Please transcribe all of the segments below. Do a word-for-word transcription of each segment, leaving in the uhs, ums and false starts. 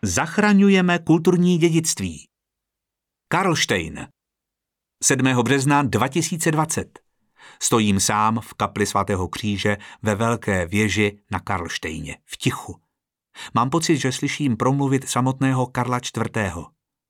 Zachraňujeme kulturní dědictví. Karlštejn. sedmého března dva tisíce dvacet. Stojím sám v kapli svatého kříže ve velké věži na Karlštejně, v tichu. Mám pocit, že slyším promluvit samotného Karla čtvrtého.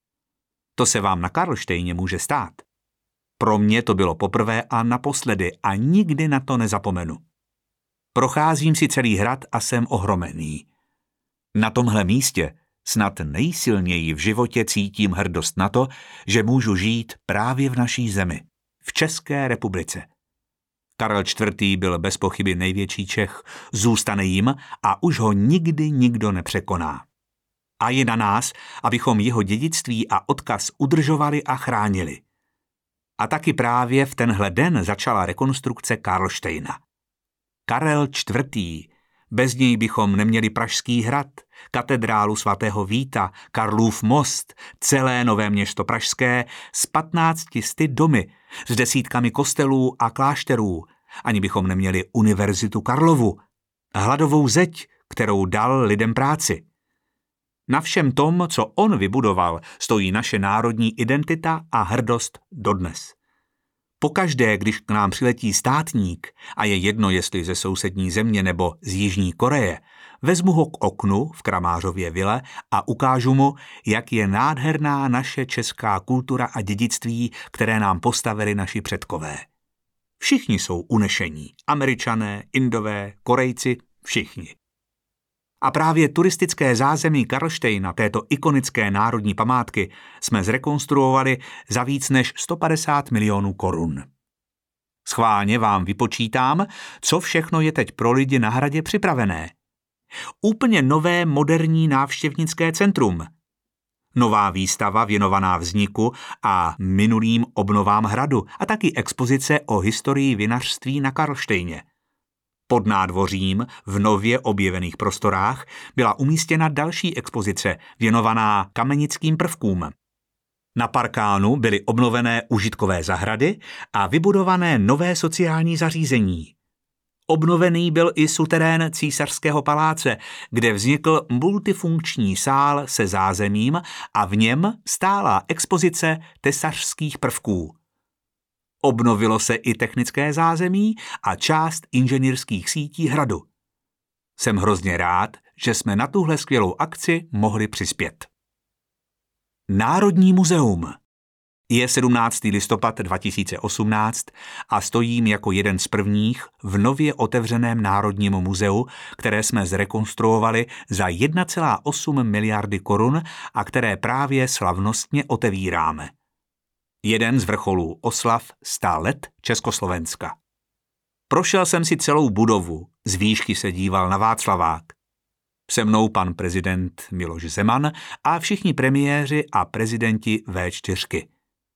To se vám na Karlštejně může stát. Pro mě to bylo poprvé a naposledy a nikdy na to nezapomenu. Procházím si celý hrad a jsem ohromený. Na tomhle místě snad nejsilněji v životě cítím hrdost na to, že můžu žít právě v naší zemi, v České republice. Karel čtvrtý byl bez pochyby největší Čech, zůstane jim a už ho nikdy nikdo nepřekoná. A je na nás, abychom jeho dědictví a odkaz udržovali a chránili. A taky právě v tenhle den začala rekonstrukce Karlštejna. Karel čtvrtý. Bez něj bychom neměli Pražský hrad, katedrálu svatého Víta, Karlův most, celé Nové Město pražské s patnácti sty domy, s desítkami kostelů a klášterů. Ani bychom neměli Univerzitu Karlovu, hladovou zeď, kterou dal lidem práci. Na všem tom, co on vybudoval, stojí naše národní identita a hrdost dodnes. Pokaždé, když k nám přiletí státník, a je jedno, jestli ze sousední země nebo z Jižní Koreje, vezmu ho k oknu v Kramářově vile a ukážu mu, jak je nádherná naše česká kultura a dědictví, které nám postavili naši předkové. Všichni jsou unešení, Američané, Indové, Korejci, všichni. A právě turistické zázemí Karlštejna, této ikonické národní památky, jsme zrekonstruovali za víc než sto padesát milionů korun. Schválně vám vypočítám, co všechno je teď pro lidi na hradě připravené. Úplně nové moderní návštěvnické centrum. Nová výstava věnovaná vzniku a minulým obnovám hradu a taky expozice o historii vinařství na Karlštejně. Pod nádvořím v nově objevených prostorách byla umístěna další expozice věnovaná kamenickým prvkům. Na parkánu byly obnovené užitkové zahrady a vybudované nové sociální zařízení. Obnovený byl i suterén Císařského paláce, kde vznikl multifunkční sál se zázemím a v něm stála expozice tesařských prvků. Obnovilo se i technické zázemí a část inženýrských sítí hradu. Jsem hrozně rád, že jsme na tuhle skvělou akci mohli přispět. Národní muzeum. Je sedmnáctého listopadu dva tisíce osmnáct a stojím jako jeden z prvních v nově otevřeném Národním muzeu, které jsme zrekonstruovali za jedna celá osm miliardy korun a které právě slavnostně otevíráme. Jeden z vrcholů oslav sta let Československa. Prošel jsem si celou budovu, z výšky se díval na Václavák. Se mnou pan prezident Miloš Zeman a všichni premiéři a prezidenti vé čtyřky.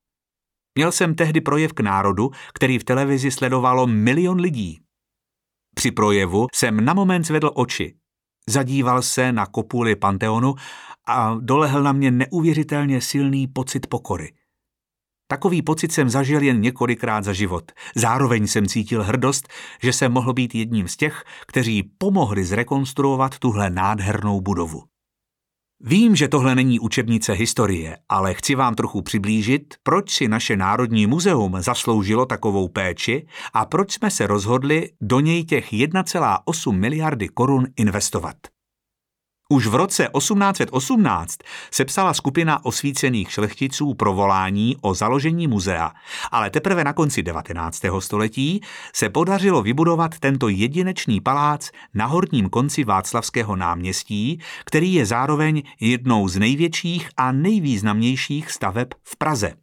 Měl jsem tehdy projev k národu, který v televizi sledovalo milion lidí. Při projevu jsem na moment zvedl oči, zadíval se na kopuli Panteonu a dolehl na mě neuvěřitelně silný pocit pokory. Takový pocit jsem zažil jen několikrát za život. Zároveň jsem cítil hrdost, že jsem mohl být jedním z těch, kteří pomohli zrekonstruovat tuhle nádhernou budovu. Vím, že tohle není učebnice historie, ale chci vám trochu přiblížit, proč si naše Národní muzeum zasloužilo takovou péči a proč jsme se rozhodli do něj těch jedna celá osm miliardy korun investovat. Už v roce osmnáct set osmnáct sepsala skupina osvícených šlechticů provolání o založení muzea, ale teprve na konci devatenáctého století se podařilo vybudovat tento jedinečný palác na horním konci Václavského náměstí, který je zároveň jednou z největších a nejvýznamnějších staveb v Praze.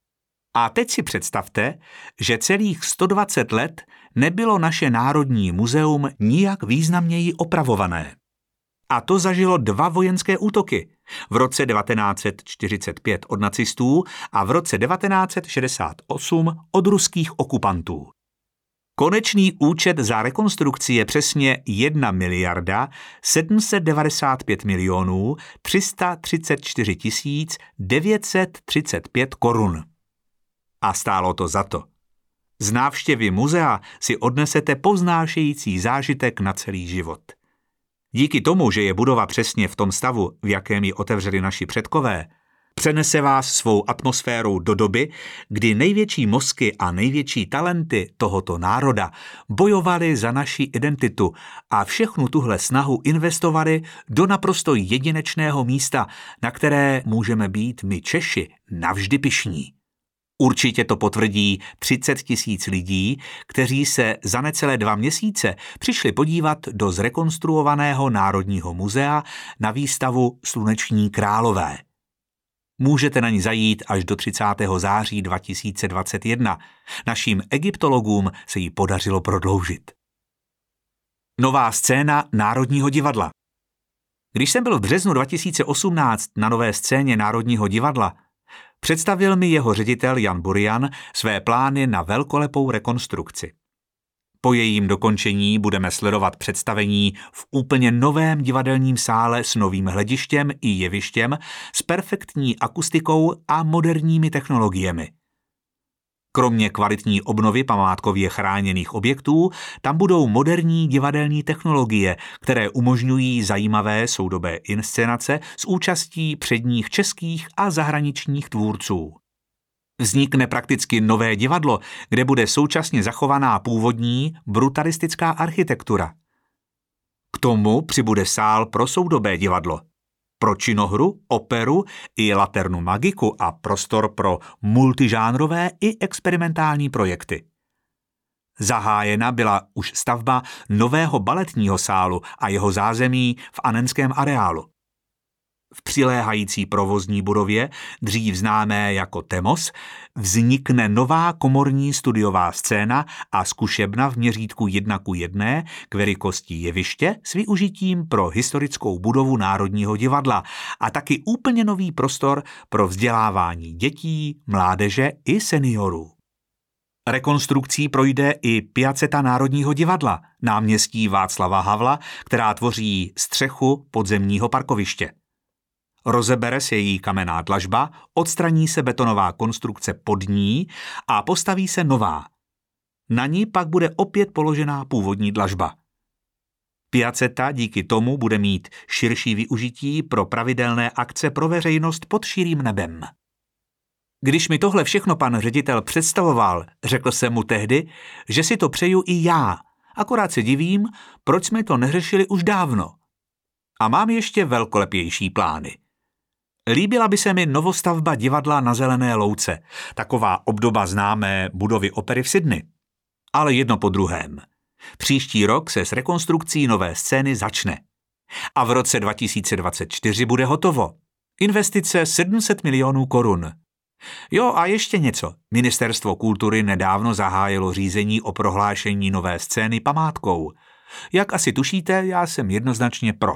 A teď si představte, že celých sto dvacet let nebylo naše Národní muzeum nijak významněji opravované. A to zažilo dva vojenské útoky. V roce devatenáct set čtyřicet pět od nacistů a v roce devatenáct set šedesát osm od ruských okupantů. Konečný účet za rekonstrukci je přesně jedna miliarda sedm set devadesát pět milionů tři sta třicet čtyři tisíc devět set třicet pět korun. A stálo to za to. Z návštěvy muzea si odnesete povznášející zážitek na celý život. Díky tomu, že je budova přesně v tom stavu, v jakém ji otevřeli naši předkové, přenese vás svou atmosférou do doby, kdy největší mozky a největší talenty tohoto národa bojovali za naši identitu a všechnu tuhle snahu investovali do naprosto jedinečného místa, na které můžeme být my Češi navždy pyšní. Určitě to potvrdí třicet tisíc lidí, kteří se za necelé dva měsíce přišli podívat do zrekonstruovaného Národního muzea na výstavu Sluneční králové. Můžete na ní zajít až do třicátého září dva tisíce dvacet jedna. Našim egyptologům se jí podařilo prodloužit. Nová scéna Národního divadla. Když jsem byl v březnu dva tisíce osmnáct na nové scéně Národního divadla, představil mi jeho ředitel Jan Burian své plány na velkolepou rekonstrukci. Po jejím dokončení budeme sledovat představení v úplně novém divadelním sále s novým hledištěm i jevištěm, s perfektní akustikou a moderními technologiemi. Kromě kvalitní obnovy památkově chráněných objektů, tam budou moderní divadelní technologie, které umožňují zajímavé soudobé inscenace s účastí předních českých a zahraničních tvůrců. Vznikne prakticky nové divadlo, kde bude současně zachovaná původní brutalistická architektura. K tomu přibude sál pro soudobé divadlo, pro činohru, operu i laternu magiku a prostor pro multižánrové i experimentální projekty. Zahájena byla už stavba nového baletního sálu a jeho zázemí v Annenském areálu. V přiléhající provozní budově, dřív známé jako Temos, vznikne nová komorní studiová scéna a zkušebna v měřítku jedna ku jedné k velikosti jeviště s využitím pro historickou budovu Národního divadla a taky úplně nový prostor pro vzdělávání dětí, mládeže i seniorů. Rekonstrukcí projde i Piaceta Národního divadla, náměstí Václava Havla, která tvoří střechu podzemního parkoviště. Rozebere se její kamenná dlažba, odstraní se betonová konstrukce pod ní a postaví se nová. Na ní pak bude opět položená původní dlažba. Piaceta díky tomu bude mít širší využití pro pravidelné akce pro veřejnost pod širým nebem. Když mi tohle všechno pan ředitel představoval, řekl jsem mu tehdy, že si to přeju i já, akorát se divím, proč jsme to neřešili už dávno. A mám ještě velkolepější plány. Líbila by se mi novostavba divadla na Zelené louce, taková obdoba známé budovy opery v Sydney. Ale jedno po druhém. Příští rok se s rekonstrukcí nové scény začne. A v roce dva tisíce dvacet čtyři bude hotovo. Investice sedm set milionů korun. Jo a ještě něco. Ministerstvo kultury nedávno zahájilo řízení o prohlášení nové scény památkou. Jak asi tušíte, já jsem jednoznačně pro.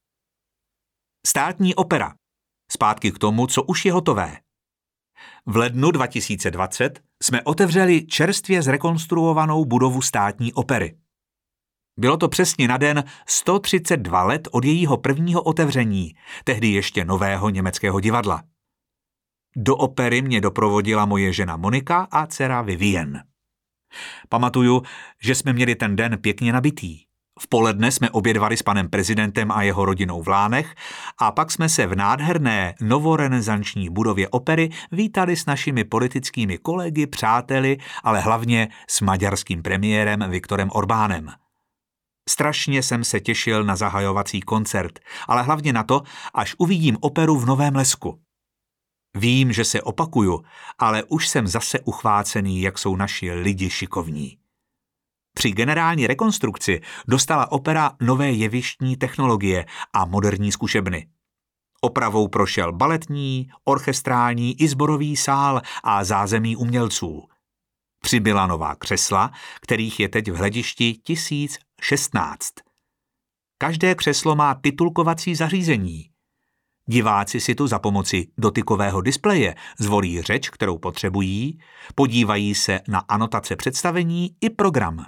Státní opera. Zpátky k tomu, co už je hotové. V lednu dva tisíce dvacet jsme otevřeli čerstvě zrekonstruovanou budovu státní opery. Bylo to přesně na den sto třicet dva let od jejího prvního otevření, tehdy ještě nového německého divadla. Do opery mě doprovodila moje žena Monika a dcera Vivien. Pamatuju, že jsme měli ten den pěkně nabitý. V poledne jsme obědvali s panem prezidentem a jeho rodinou v Lánech a pak jsme se v nádherné novorenesanční budově opery vítali s našimi politickými kolegy, přáteli, ale hlavně s maďarským premiérem Viktorem Orbánem. Strašně jsem se těšil na zahajovací koncert, ale hlavně na to, až uvidím operu v Novém Lesku. Vím, že se opakuju, ale už jsem zase uchvácený, jak jsou naši lidi šikovní. Při generální rekonstrukci dostala opera nové jevištní technologie a moderní zkušebny. Opravou prošel baletní, orchestrální i sborový sál a zázemí umělců. Přibyla nová křesla, kterých je teď v hledišti tisíc šestnáct. Každé křeslo má titulkovací zařízení. Diváci si tu za pomoci dotykového displeje zvolí řeč, kterou potřebují, podívají se na anotace představení i program.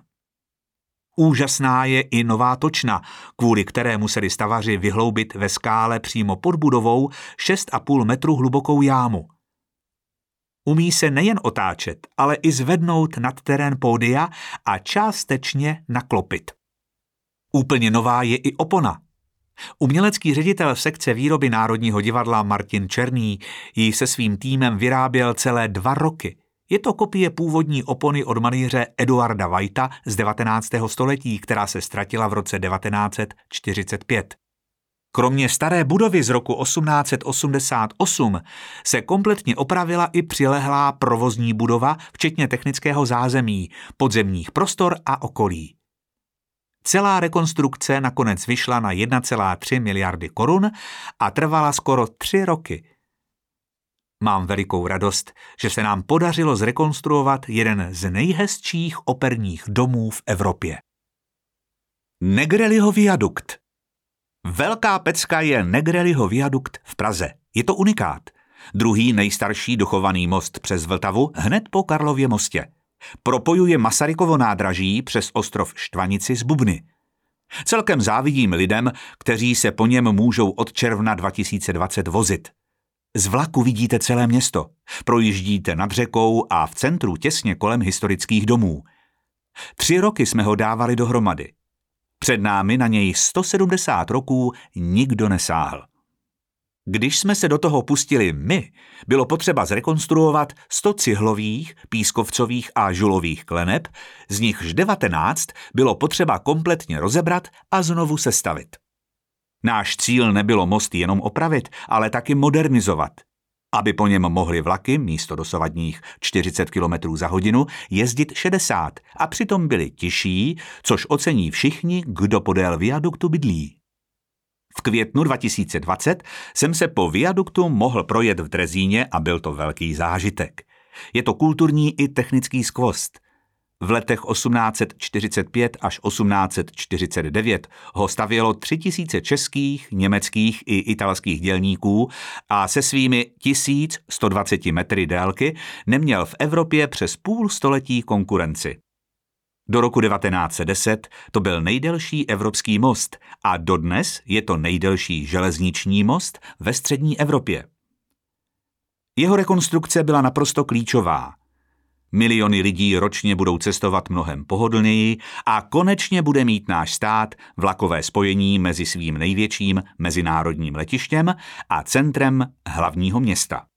Úžasná je i nová točna, kvůli které museli stavaři vyhloubit ve skále přímo pod budovou šest a půl metru hlubokou jámu. Umí se nejen otáčet, ale i zvednout nad terén pódia a částečně naklopit. Úplně nová je i opona. Umělecký ředitel sekce výroby Národního divadla Martin Černý ji se svým týmem vyráběl celé dva roky. Je to kopie původní opony od malíře Eduarda Whitea z devatenáctého století, která se ztratila v roce devatenáct set čtyřicet pět. Kromě staré budovy z roku osmnáct set osmdesát osm se kompletně opravila i přilehlá provozní budova, včetně technického zázemí, podzemních prostor a okolí. Celá rekonstrukce nakonec vyšla na jedna celá tři miliardy korun a trvala skoro tři roky. Mám velikou radost, že se nám podařilo zrekonstruovat jeden z nejhezčích operních domů v Evropě. Negrelliho viadukt. Velká pecka je Negrelliho viadukt v Praze. Je to unikát. Druhý nejstarší dochovaný most přes Vltavu hned po Karlově mostě. Propojuje Masarykovo nádraží přes ostrov Štvanici z Bubny. Celkem závidím lidem, kteří se po něm můžou od června dva tisíce dvacet vozit. Z vlaku vidíte celé město. Projíždíte nad řekou a v centru těsně kolem historických domů. Tři roky jsme ho dávali dohromady. Před námi na něj sto sedmdesát roků nikdo nesáhl. Když jsme se do toho pustili my, bylo potřeba zrekonstruovat sto cihlových, pískovcových a žulových kleneb, z nichž devatenáct bylo potřeba kompletně rozebrat a znovu sestavit. Náš cíl nebylo most jenom opravit, ale taky modernizovat, aby po něm mohly vlaky místo dosavadních čtyřicet kilometrů za hodinu jezdit šedesát a přitom byly tiší, což ocení všichni, kdo podél viaduktu bydlí. V květnu dva tisíce dvacet jsem se po viaduktu mohl projet v Drezíně a byl to velký zážitek. Je to kulturní i technický skvost. V letech osmnáct set čtyřicet pět až osmnáct set čtyřicet devět ho stavělo tři tisíce českých, německých i italských dělníků a se svými tisíc sto dvacet metry délky neměl v Evropě přes půl století konkurenci. Do roku devatenáct set deset to byl nejdelší evropský most a dodnes je to nejdelší železniční most ve střední Evropě. Jeho rekonstrukce byla naprosto klíčová. Miliony lidí ročně budou cestovat mnohem pohodlněji a konečně bude mít náš stát vlakové spojení mezi svým největším mezinárodním letištěm a centrem hlavního města.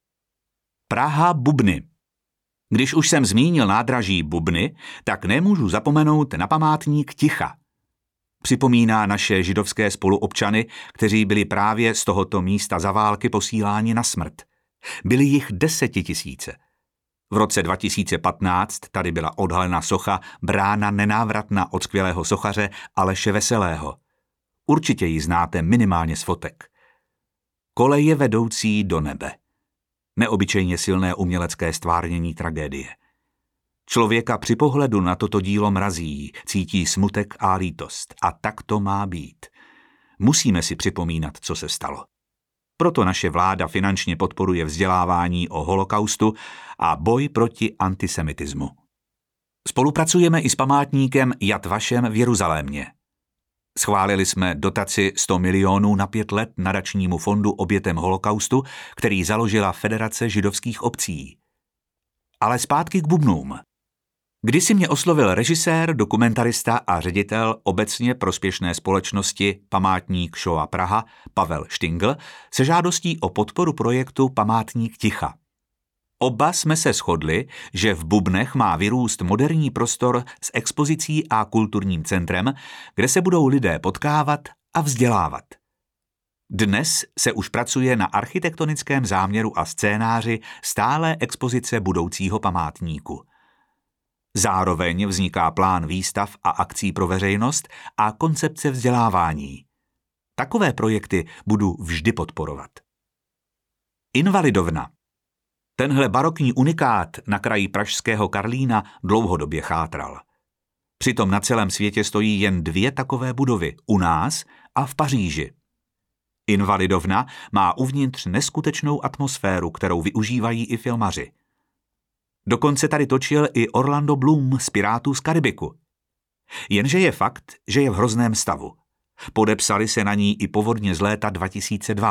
Praha Bubny. Když už jsem zmínil nádraží Bubny, tak nemůžu zapomenout na památník ticha. Připomíná naše židovské spoluobčany, kteří byli právě z tohoto místa za války posíláni na smrt. Byli jich desetitisíce. V roce dva tisíce patnáct tady byla odhalena socha Brána nenávratna od skvělého sochaře Aleše Veselého. Určitě ji znáte minimálně z fotek. Koleje vedoucí do nebe. Neobyčejně silné umělecké stvárnění tragédie. Člověka při pohledu na toto dílo mrazí, cítí smutek a lítost. A tak to má být. Musíme si připomínat, co se stalo. Proto naše vláda finančně podporuje vzdělávání o holokaustu a boj proti antisemitismu. Spolupracujeme i s památníkem Jad Vašem v Jeruzalémě. Schválili jsme dotaci sto milionů na pět let nadačnímu fondu obětem holokaustu, který založila Federace židovských obcí. Ale zpátky k bubnům. Kdysi mě oslovil režisér, dokumentarista a ředitel obecně prospěšné společnosti Památník Shoah Praha Pavel Štingl se žádostí o podporu projektu Památník ticha. Oba jsme se shodli, že v Bubnech má vyrůst moderní prostor s expozicí a kulturním centrem, kde se budou lidé potkávat a vzdělávat. Dnes se už pracuje na architektonickém záměru a scénáři stálé expozice budoucího památníku. Zároveň vzniká plán výstav a akcí pro veřejnost a koncepce vzdělávání. Takové projekty budu vždy podporovat. Invalidovna. Tenhle barokní unikát na kraji pražského Karlína dlouhodobě chátral. Přitom na celém světě stojí jen dvě takové budovy, u nás a v Paříži. Invalidovna má uvnitř neskutečnou atmosféru, kterou využívají i filmaři. Dokonce tady točil i Orlando Bloom z Pirátů z Karibiku. Jenže je fakt, že je v hrozném stavu. Podepsali se na ní i povodně z léta dva tisíce dva.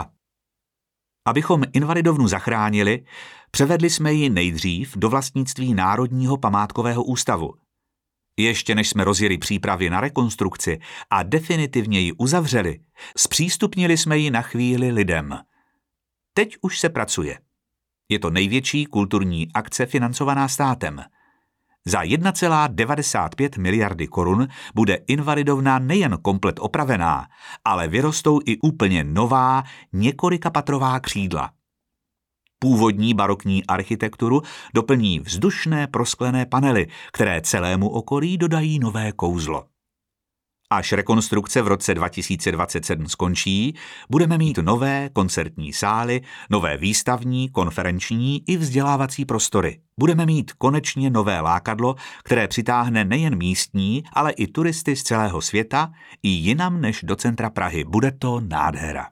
Abychom Invalidovnu zachránili, převedli jsme ji nejdřív do vlastnictví Národního památkového ústavu. Ještě než jsme rozjeli přípravy na rekonstrukci a definitivně ji uzavřeli, zpřístupnili jsme ji na chvíli lidem. Teď už se pracuje. Je to největší kulturní akce financovaná státem. Za jedna celá devadesát pět miliardy korun bude Invalidovna nejen komplet opravená, ale vyrostou i úplně nová několikapatrová křídla. Původní barokní architekturu doplní vzdušné prosklené panely, které celému okolí dodají nové kouzlo. Až rekonstrukce v roce dva tisíce dvacet sedm skončí, budeme mít nové koncertní sály, nové výstavní, konferenční i vzdělávací prostory. Budeme mít konečně nové lákadlo, které přitáhne nejen místní, ale i turisty z celého světa i jinam než do centra Prahy. Bude to nádhera.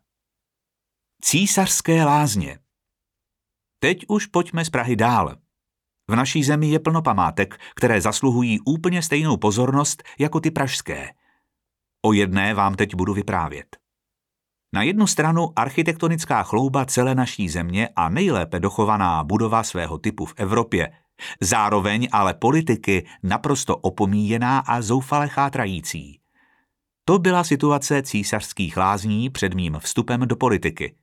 Císařské lázně. Teď už pojďme z Prahy dál. V naší zemi je plno památek, které zasluhují úplně stejnou pozornost jako ty pražské. O jedné vám teď budu vyprávět. Na jednu stranu architektonická chlouba celé naší země a nejlépe dochovaná budova svého typu v Evropě, zároveň ale politiky naprosto opomíjená a zoufale chátrající. To byla situace Císařských lázní před mým vstupem do politiky.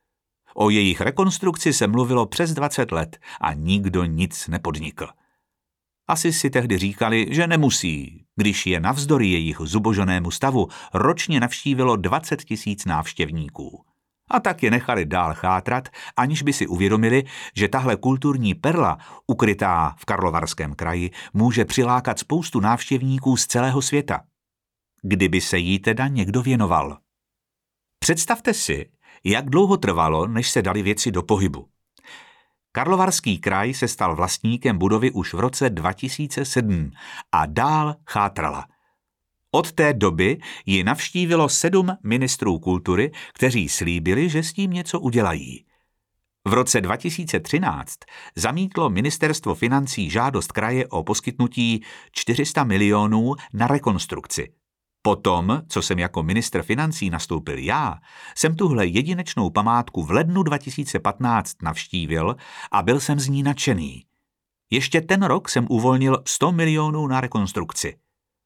O jejich rekonstrukci se mluvilo přes dvacet let a nikdo nic nepodnikl. Asi si tehdy říkali, že nemusí, když je navzdory jejich zuboženému stavu ročně navštívilo dvacet tisíc návštěvníků. A tak je nechali dál chátrat, aniž by si uvědomili, že tahle kulturní perla, ukrytá v Karlovarském kraji, může přilákat spoustu návštěvníků z celého světa. Kdyby se jí teda někdo věnoval. Představte si, jak dlouho trvalo, než se dali věci do pohybu. Karlovarský kraj se stal vlastníkem budovy už v roce dva tisíce sedm a dál chátrala. Od té doby ji navštívilo sedm ministrů kultury, kteří slíbili, že s tím něco udělají. V roce dva tisíce třináct zamítlo ministerstvo financí žádost kraje o poskytnutí čtyři sta milionů na rekonstrukci. Potom, co jsem jako ministr financí nastoupil já, jsem tuhle jedinečnou památku v lednu dva tisíce patnáct navštívil a byl jsem z ní nadšený. Ještě ten rok jsem uvolnil sto milionů na rekonstrukci.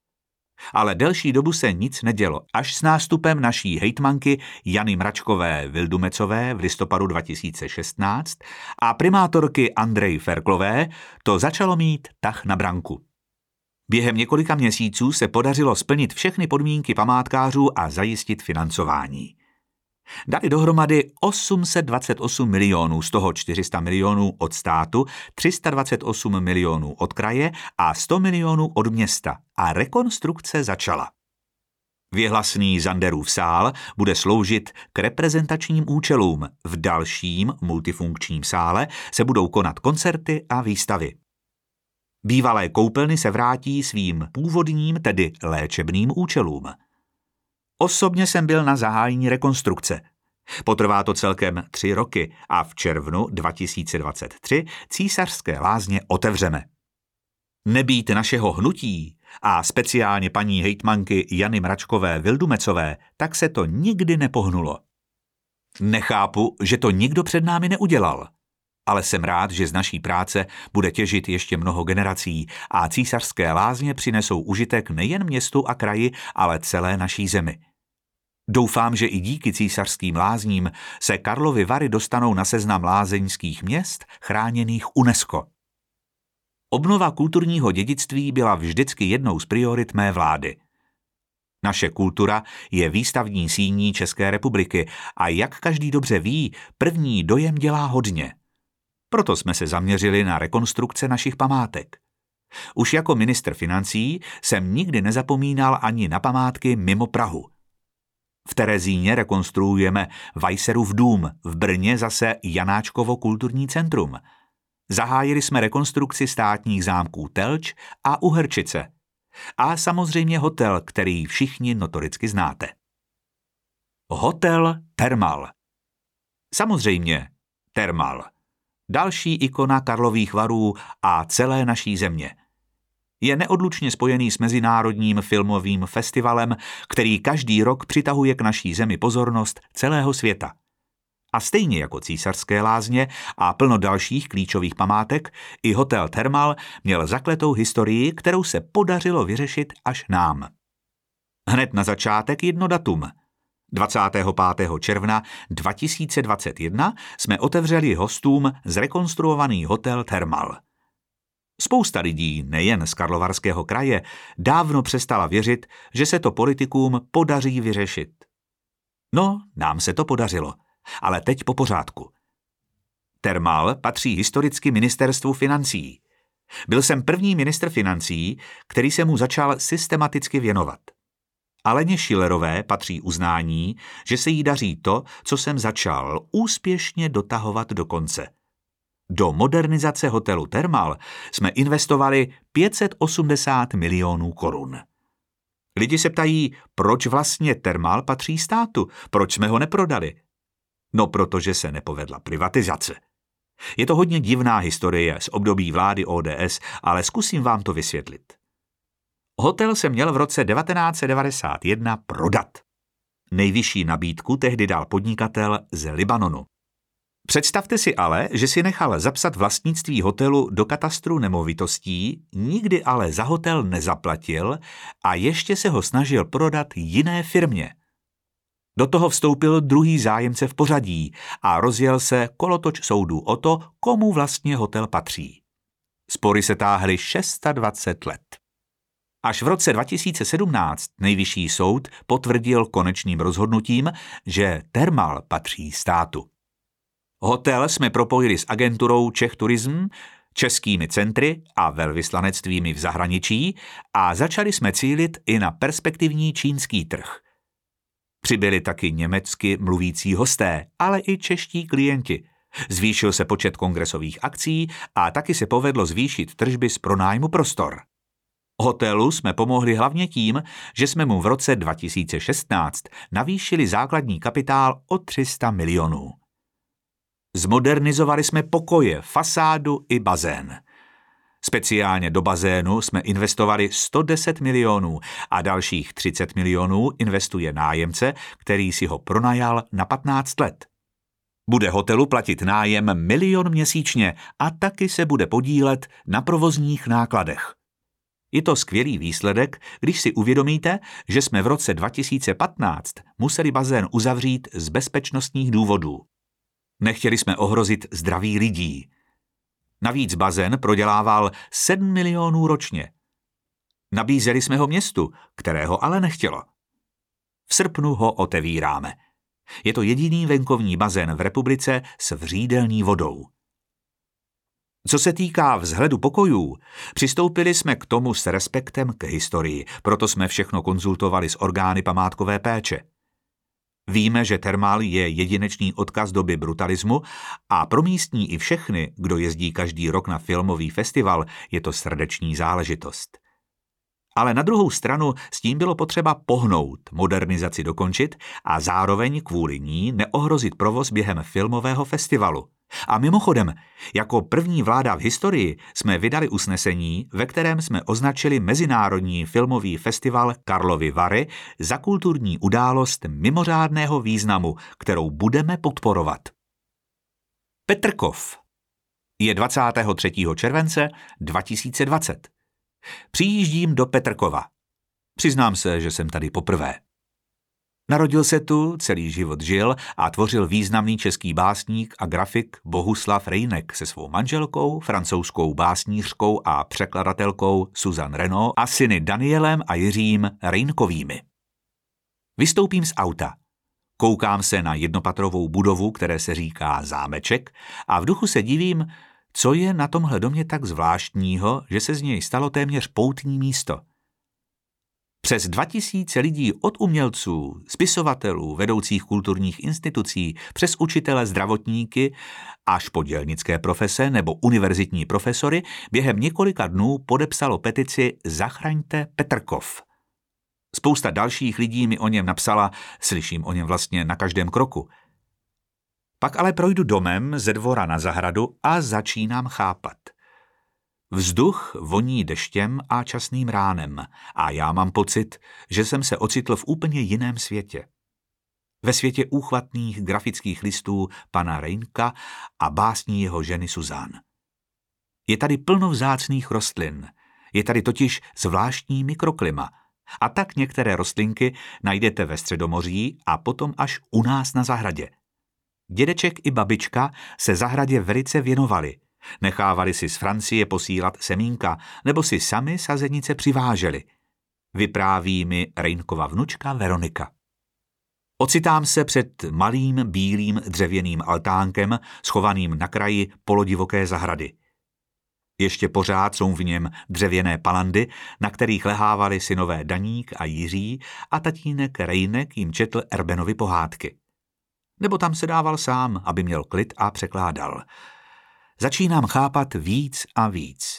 Ale delší dobu se nic nedělo, až s nástupem naší hejtmanky Jany Mračkové Vildumecové v listopadu dva tisíce šestnáct a primátorky Andreji Ferklové to začalo mít tah na branku. Během několika měsíců se podařilo splnit všechny podmínky památkářů a zajistit financování. Dali dohromady osm set dvacet osm milionů, z toho čtyři sta milionů od státu, tři sta dvacet osm milionů od kraje a sto milionů od města a rekonstrukce začala. Věhlasný Zanderův sál bude sloužit k reprezentačním účelům. V dalším multifunkčním sále se budou konat koncerty a výstavy. Bývalé koupelny se vrátí svým původním, tedy léčebným účelům. Osobně jsem byl na zahájení rekonstrukce. Potrvá to celkem tři roky a v červnu dva tisíce dvacet tři Císařské lázně otevřeme. Nebýt našeho hnutí a speciálně paní hejtmanky Jany Mračkové Vildumecové, tak se to nikdy nepohnulo. Nechápu, že to nikdo před námi neudělal. Ale jsem rád, že z naší práce bude těžit ještě mnoho generací a Císařské lázně přinesou užitek nejen městu a kraji, ale celé naší zemi. Doufám, že i díky Císařským lázním se Karlovy Vary dostanou na seznam lázeňských měst chráněných UNESCO. Obnova kulturního dědictví byla vždycky jednou z priorit mé vlády. Naše kultura je výstavní síní České republiky a jak každý dobře ví, první dojem dělá hodně. Proto jsme se zaměřili na rekonstrukce našich památek. Už jako ministr financí jsem nikdy nezapomínal ani na památky mimo Prahu. V Terezíně rekonstruujeme Weisserův dům, v Brně zase Janáčkovo kulturní centrum. Zahájili jsme rekonstrukci státních zámků Telč a Uherčice. A samozřejmě hotel, který všichni notoricky znáte. Hotel Thermal. Samozřejmě Thermal. Další ikona Karlových Varů a celé naší země. Je neodlučně spojený s Mezinárodním filmovým festivalem, který každý rok přitahuje k naší zemi pozornost celého světa. A stejně jako Císařské lázně a plno dalších klíčových památek, i hotel Thermal měl zakletou historii, kterou se podařilo vyřešit až nám. Hned na začátek jedno datum. dvacátého pátého června dva tisíce dvacet jedna jsme otevřeli hostům zrekonstruovaný hotel Thermal. Spousta lidí, nejen z Karlovarského kraje, dávno přestala věřit, že se to politikům podaří vyřešit. No, nám se to podařilo, ale teď po pořádku. Thermal patří historicky ministerstvu financí. Byl jsem první ministr financí, který se mu začal systematicky věnovat. Aleně Schillerové patří uznání, že se jí daří to, co jsem začal, úspěšně dotahovat do konce. Do modernizace hotelu Thermal jsme investovali pět set osmdesát milionů korun. Lidi se ptají, proč vlastně Thermal patří státu, proč jsme ho neprodali. No, protože se nepovedla privatizace. Je to hodně divná historie z období vlády O D S, ale zkusím vám to vysvětlit. Hotel se měl v roce devatenáct set devadesát jedna prodat. Nejvyšší nabídku tehdy dal podnikatel z Libanonu. Představte si ale, že si nechal zapsat vlastnictví hotelu do katastru nemovitostí, nikdy ale za hotel nezaplatil a ještě se ho snažil prodat jiné firmě. Do toho vstoupil druhý zájemce v pořadí a rozjel se kolotoč soudů o to, komu vlastně hotel patří. Spory se táhly dvacet šest let. Až v roce dva tisíce sedmnáct nejvyšší soud potvrdil konečným rozhodnutím, že Thermal patří státu. Hotel jsme propojili s agenturou Czech Tourism, českými centry a velvyslanectvími v zahraničí a začali jsme cílit i na perspektivní čínský trh. Přibyli taky německy mluvící hosté, ale i čeští klienti. Zvýšil se počet kongresových akcí a taky se povedlo zvýšit tržby z pronájmu prostor. Hotelu jsme pomohli hlavně tím, že jsme mu v roce dva tisíce šestnáct navýšili základní kapitál o tři sta milionů. Zmodernizovali jsme pokoje, fasádu i bazén. Speciálně do bazénu jsme investovali sto deset milionů a dalších třicet milionů investuje nájemce, který si ho pronajal na patnáct let. Bude hotelu platit nájem milion měsíčně a taky se bude podílet na provozních nákladech. Je to skvělý výsledek, když si uvědomíte, že jsme v roce dva tisíce patnáct museli bazén uzavřít z bezpečnostních důvodů. Nechtěli jsme ohrozit zdraví lidí. Navíc bazén prodělával sedm milionů ročně. Nabízeli jsme ho městu, kterého ale nechtělo. V srpnu ho otevíráme. Je to jediný venkovní bazén v republice s vřídelní vodou. Co se týká vzhledu pokojů, přistoupili jsme k tomu s respektem k historii, proto jsme všechno konzultovali s orgány památkové péče. Víme, že Thermal je jedinečný odkaz doby brutalismu a pro místní i všechny, kdo jezdí každý rok na filmový festival, je to srdeční záležitost. Ale na druhou stranu s tím bylo potřeba pohnout, modernizaci dokončit a zároveň kvůli ní neohrozit provoz během filmového festivalu. A mimochodem, jako první vláda v historii jsme vydali usnesení, ve kterém jsme označili Mezinárodní filmový festival Karlovy Vary za kulturní událost mimořádného významu, kterou budeme podporovat. Petrkov je dvacátého třetího července dva tisíce dvacet. Přijíždím do Petrkova. Přiznám se, že jsem tady poprvé. Narodil se tu, celý život žil a tvořil významný český básník a grafik Bohuslav Rejnek se svou manželkou, francouzskou básnířkou a překladatelkou Suzanne Renaud a syny Danielem a Jiřím Rejnkovými. Vystoupím z auta. Koukám se na jednopatrovou budovu, které se říká Zámeček, a v duchu se divím, co je na tomhle domě tak zvláštního, že se z něj stalo téměř poutní místo. Přes dva tisíce lidí od umělců, spisovatelů, vedoucích kulturních institucí, přes učitele, zdravotníky až po dělnické profese nebo univerzitní profesory během několika dnů podepsalo petici Zachraňte Petrkov. Spousta dalších lidí mi o něm napsala, slyším o něm vlastně na každém kroku. Pak ale projdu domem ze dvora na zahradu a začínám chápat. Vzduch voní deštěm a časným ránem a já mám pocit, že jsem se ocitl v úplně jiném světě. ve světě úchvatných grafických listů pana Reinka a básní jeho ženy Suzanne. Je tady plno vzácných rostlin, je tady totiž zvláštní mikroklima a tak některé rostlinky najdete ve Středomoří a potom až u nás na zahradě. Dědeček i babička se zahradě velice věnovali, nechávali si z Francie posílat semínka nebo si sami sazenice přiváželi. Vypráví mi Reinkova vnučka Veronika. Ocitám se před malým bílým dřevěným altánkem schovaným na kraji polodivoké zahrady. Ještě pořád jsou v něm dřevěné palandy, na kterých lehávali synové Daník a Jiří a tatínek Reinek jim četl Erbenovi pohádky. Nebo tam se dával sám, aby měl klid a překládal. Začínám chápat víc a víc.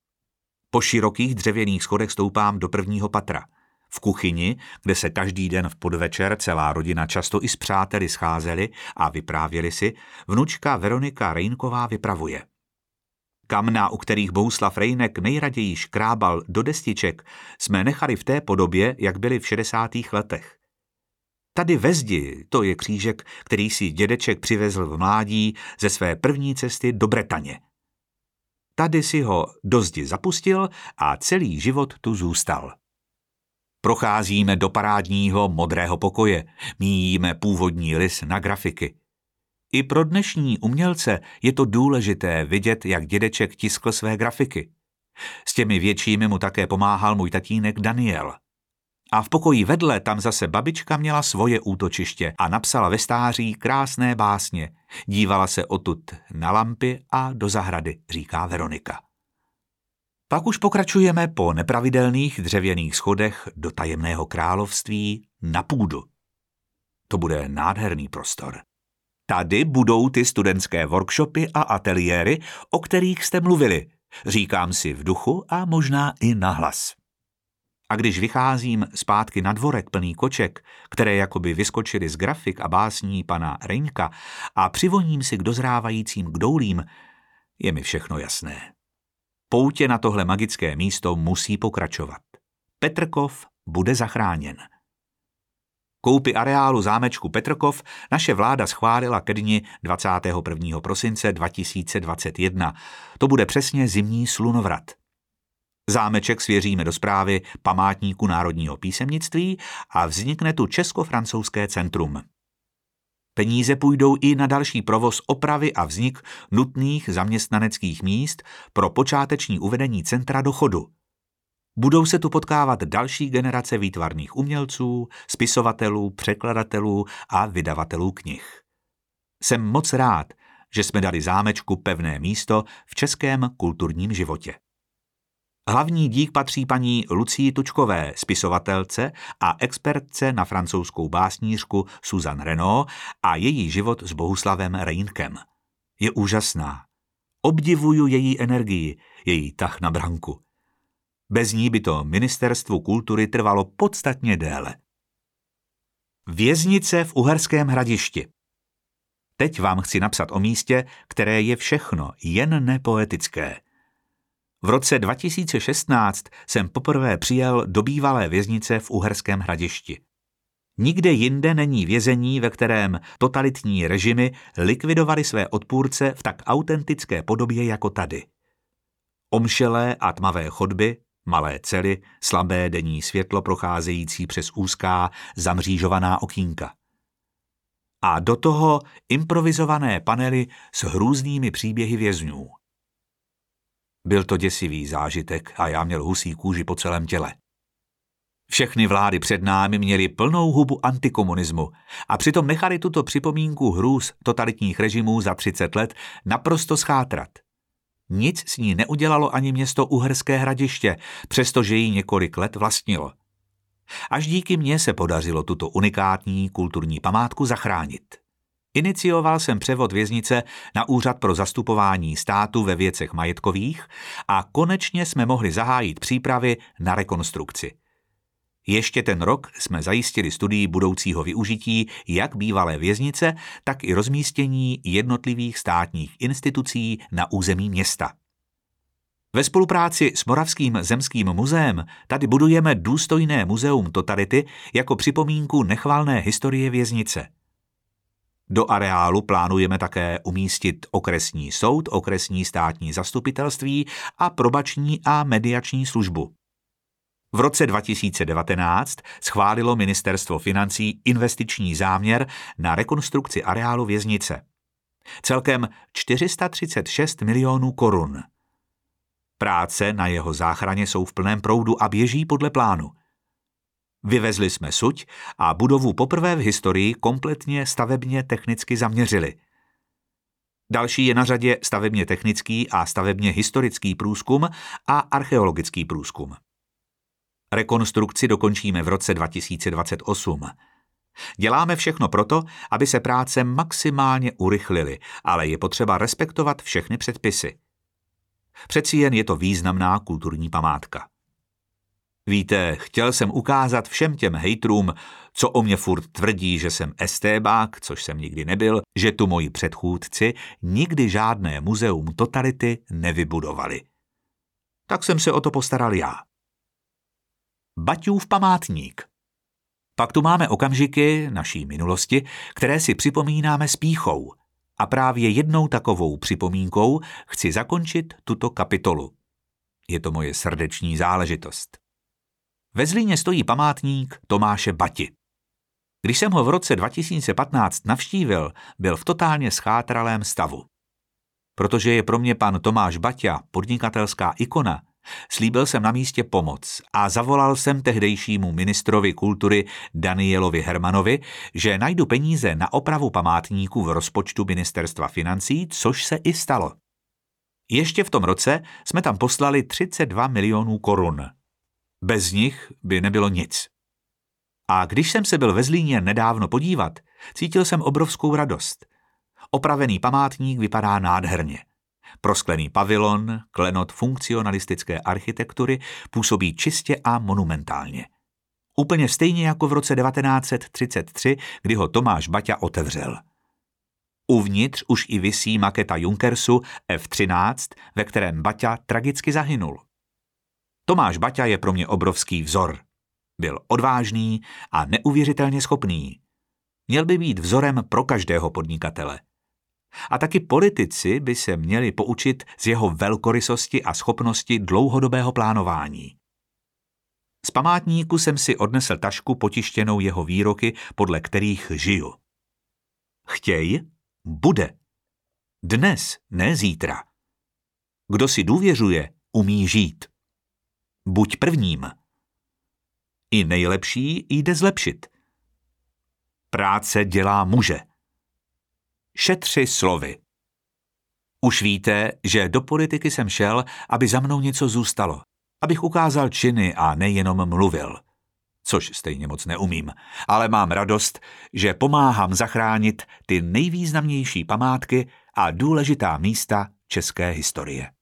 Po širokých dřevěných schodech stoupám do prvního patra. V kuchyni, kde se každý den v podvečer celá rodina často i s přáteli scházeli a vyprávěli si, vnučka Veronika Reinková vypravuje. Kamna, u kterých Bohuslav Reinek nejraději škrábal do destiček, jsme nechali v té podobě, jak byly v šedesátých letech. Tady ve zdi, to je křížek, který si dědeček přivezl v mládí ze své první cesty do Bretaně. Tady si ho do zdi zapustil a celý život tu zůstal. Procházíme do parádního modrého pokoje, míjíme původní lis na grafiky. I pro dnešní umělce je to důležité vidět, jak dědeček tiskl své grafiky. S těmi většími mu také pomáhal můj tatínek Daniel. A v pokoji vedle tam zase babička měla svoje útočiště a napsala ve stáří krásné básně. Dívala se odtud na lampy a do zahrady, říká Veronika. Pak už pokračujeme po nepravidelných dřevěných schodech do tajemného království na půdu. To bude nádherný prostor. Tady budou ty studentské workshopy a ateliéry, o kterých jste mluvili, říkám si v duchu a možná i nahlas. A když vycházím zpátky na dvorek plný koček, které jakoby vyskočily z grafik a básní pana Reinka a přivoním si k dozrávajícím kdoulím, je mi všechno jasné. Poutě na tohle magické místo musí pokračovat. Petrkov bude zachráněn. Koupi areálu zámečku Petrkov naše vláda schválila ke dni dvacátého prvního prosince dva tisíce dvacet jedna. To bude přesně zimní slunovrat. Zámeček svěříme do správy Památníku národního písemnictví a vznikne tu Česko-francouzské centrum. Peníze půjdou i na další provoz, opravy a vznik nutných zaměstnaneckých míst pro počáteční uvedení centra do chodu. Budou se tu potkávat další generace výtvarných umělců, spisovatelů, překladatelů a vydavatelů knih. Jsem moc rád, že jsme dali zámečku pevné místo v českém kulturním životě. Hlavní dík patří paní Lucii Tučkové, spisovatelce a expertce na francouzskou básnířku Suzanne Renaud a její život s Bohuslavem Reinkem. Je úžasná. Obdivuju její energii, její tah na branku. Bez ní by to ministerstvu kultury trvalo podstatně déle. Věznice v Uherském Hradišti. Teď vám chci napsat o místě, které je všechno, jen nepoetické. V roce dva tisíce šestnáct jsem poprvé přijel do bývalé věznice v Uherském Hradišti. Nikde jinde není vězení, ve kterém totalitní režimy likvidovali své odpůrce v tak autentické podobě jako tady. Omšelé a tmavé chodby, malé cely, slabé denní světlo procházející přes úzká, zamřížovaná okýnka. A do toho improvizované panely s hrůznými příběhy vězňů. Byl to děsivý zážitek a já měl husí kůži po celém těle. Všechny vlády před námi měly plnou hubu antikomunismu a přitom nechali tuto připomínku hrůz totalitních režimů za třicet let naprosto schátrat. Nic s ní neudělalo ani město Uherské Hradiště, přestože ji několik let vlastnilo. Až díky mně se podařilo tuto unikátní kulturní památku zachránit. Inicioval jsem převod věznice na Úřad pro zastupování státu ve věcech majetkových a konečně jsme mohli zahájit přípravy na rekonstrukci. Ještě ten rok jsme zajistili studii budoucího využití jak bývalé věznice, tak i rozmístění jednotlivých státních institucí na území města. Ve spolupráci s Moravským zemským muzeem tady budujeme důstojné muzeum totality jako připomínku nechvalné historie věznice. Do areálu plánujeme také umístit okresní soud, okresní státní zastupitelství a probační a mediační službu. V roce dva tisíce devatenáct schválilo Ministerstvo financí investiční záměr na rekonstrukci areálu věznice. Celkem čtyři sta třicet šest milionů korun. Práce na jeho záchraně jsou v plném proudu a běží podle plánu. Vyvezli jsme suť a budovu poprvé v historii kompletně stavebně technicky zaměřili. Další je na řadě stavebně technický a stavebně historický průzkum a archeologický průzkum. Rekonstrukci dokončíme v roce dva tisíce dvacet osm. Děláme všechno proto, aby se práce maximálně urychlily, ale je potřeba respektovat všechny předpisy. Přeci jen je to významná kulturní památka. Víte, chtěl jsem ukázat všem těm hejtrům, co o mě furt tvrdí, že jsem estébák, což jsem nikdy nebyl, že tu moji předchůdci nikdy žádné muzeum totality nevybudovali. Tak jsem se o to postaral já. Baťův památník. Pak tu máme okamžiky naší minulosti, které si připomínáme s pýchou. A právě jednou takovou připomínkou chci zakončit tuto kapitolu. Je to moje srdeční záležitost. Ve Zlíně stojí památník Tomáše Bati. Když jsem ho v roce dva tisíce patnáct navštívil, byl v totálně schátralém stavu. Protože je pro mě pan Tomáš Baťa podnikatelská ikona, slíbil jsem na místě pomoc a zavolal jsem tehdejšímu ministrovi kultury Danielovi Hermanovi, že najdu peníze na opravu památníku v rozpočtu Ministerstva financí, což se i stalo. Ještě v tom roce jsme tam poslali třicet dva milionů korun. Bez nich by nebylo nic. A když jsem se byl ve Zlíně nedávno podívat, cítil jsem obrovskou radost. Opravený památník vypadá nádherně. Prosklený pavilon, klenot funkcionalistické architektury působí čistě a monumentálně. Úplně stejně jako v roce devatenáct set třicet tři, kdy ho Tomáš Baťa otevřel. Uvnitř už i visí maketa Junkersu F třináct, ve kterém Baťa tragicky zahynul. Tomáš Baťa je pro mě obrovský vzor. Byl odvážný a neuvěřitelně schopný. Měl by být vzorem pro každého podnikatele. A taky politici by se měli poučit z jeho velkorysosti a schopnosti dlouhodobého plánování. Z památníku jsem si odnesl tašku potištěnou jeho výroky, podle kterých žiju. Chtěj, bude. Dnes, ne zítra. Kdo si důvěřuje, umí žít. Buď prvním. I nejlepší jde zlepšit. Práce dělá muže. Šetři slovy. Už víte, že do politiky jsem šel, aby za mnou něco zůstalo. Abych ukázal činy a nejenom mluvil. Což stejně moc neumím, ale mám radost, že pomáhám zachránit ty nejvýznamnější památky a důležitá místa české historie.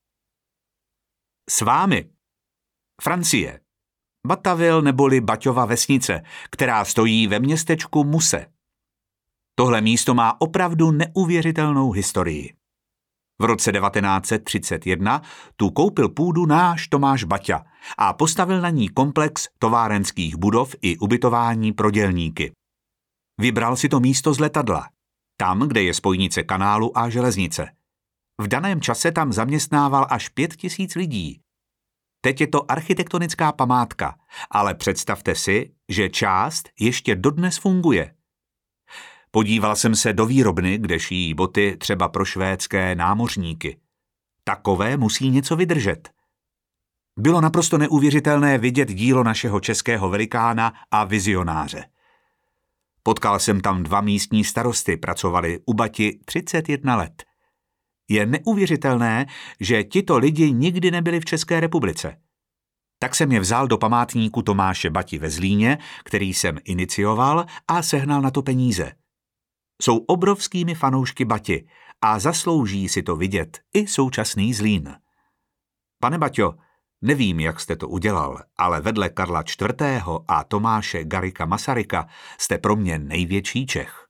S vámi Francie. Batavil neboli Baťova vesnice, která stojí ve městečku Muse. Tohle místo má opravdu neuvěřitelnou historii. V roce devatenáct set třicet jedna tu koupil půdu náš Tomáš Baťa a postavil na ní komplex továrenských budov i ubytování pro dělníky. Vybral si to místo z letadla, tam, kde je spojnice kanálu a železnice. V daném čase tam zaměstnával až pět tisíc lidí. Teď je to architektonická památka, ale představte si, že část ještě dodnes funguje. Podíval jsem se do výrobny, kde šijí boty třeba pro švédské námořníky. Takové musí něco vydržet. Bylo naprosto neuvěřitelné vidět dílo našeho českého velikána a vizionáře. Potkal jsem tam dva místní starosty, pracovali u Bati třicet jedna let. Je neuvěřitelné, že tito lidi nikdy nebyli v České republice. Tak jsem je vzal do památníku Tomáše Bati ve Zlíně, který jsem inicioval a sehnal na to peníze. Jsou obrovskými fanoušky Bati a zaslouží si to vidět i současný Zlín. Pane Baťo, nevím, jak jste to udělal, ale vedle Karla čtvrtého a Tomáše Garrigua Masaryka jste pro mě největší Čech.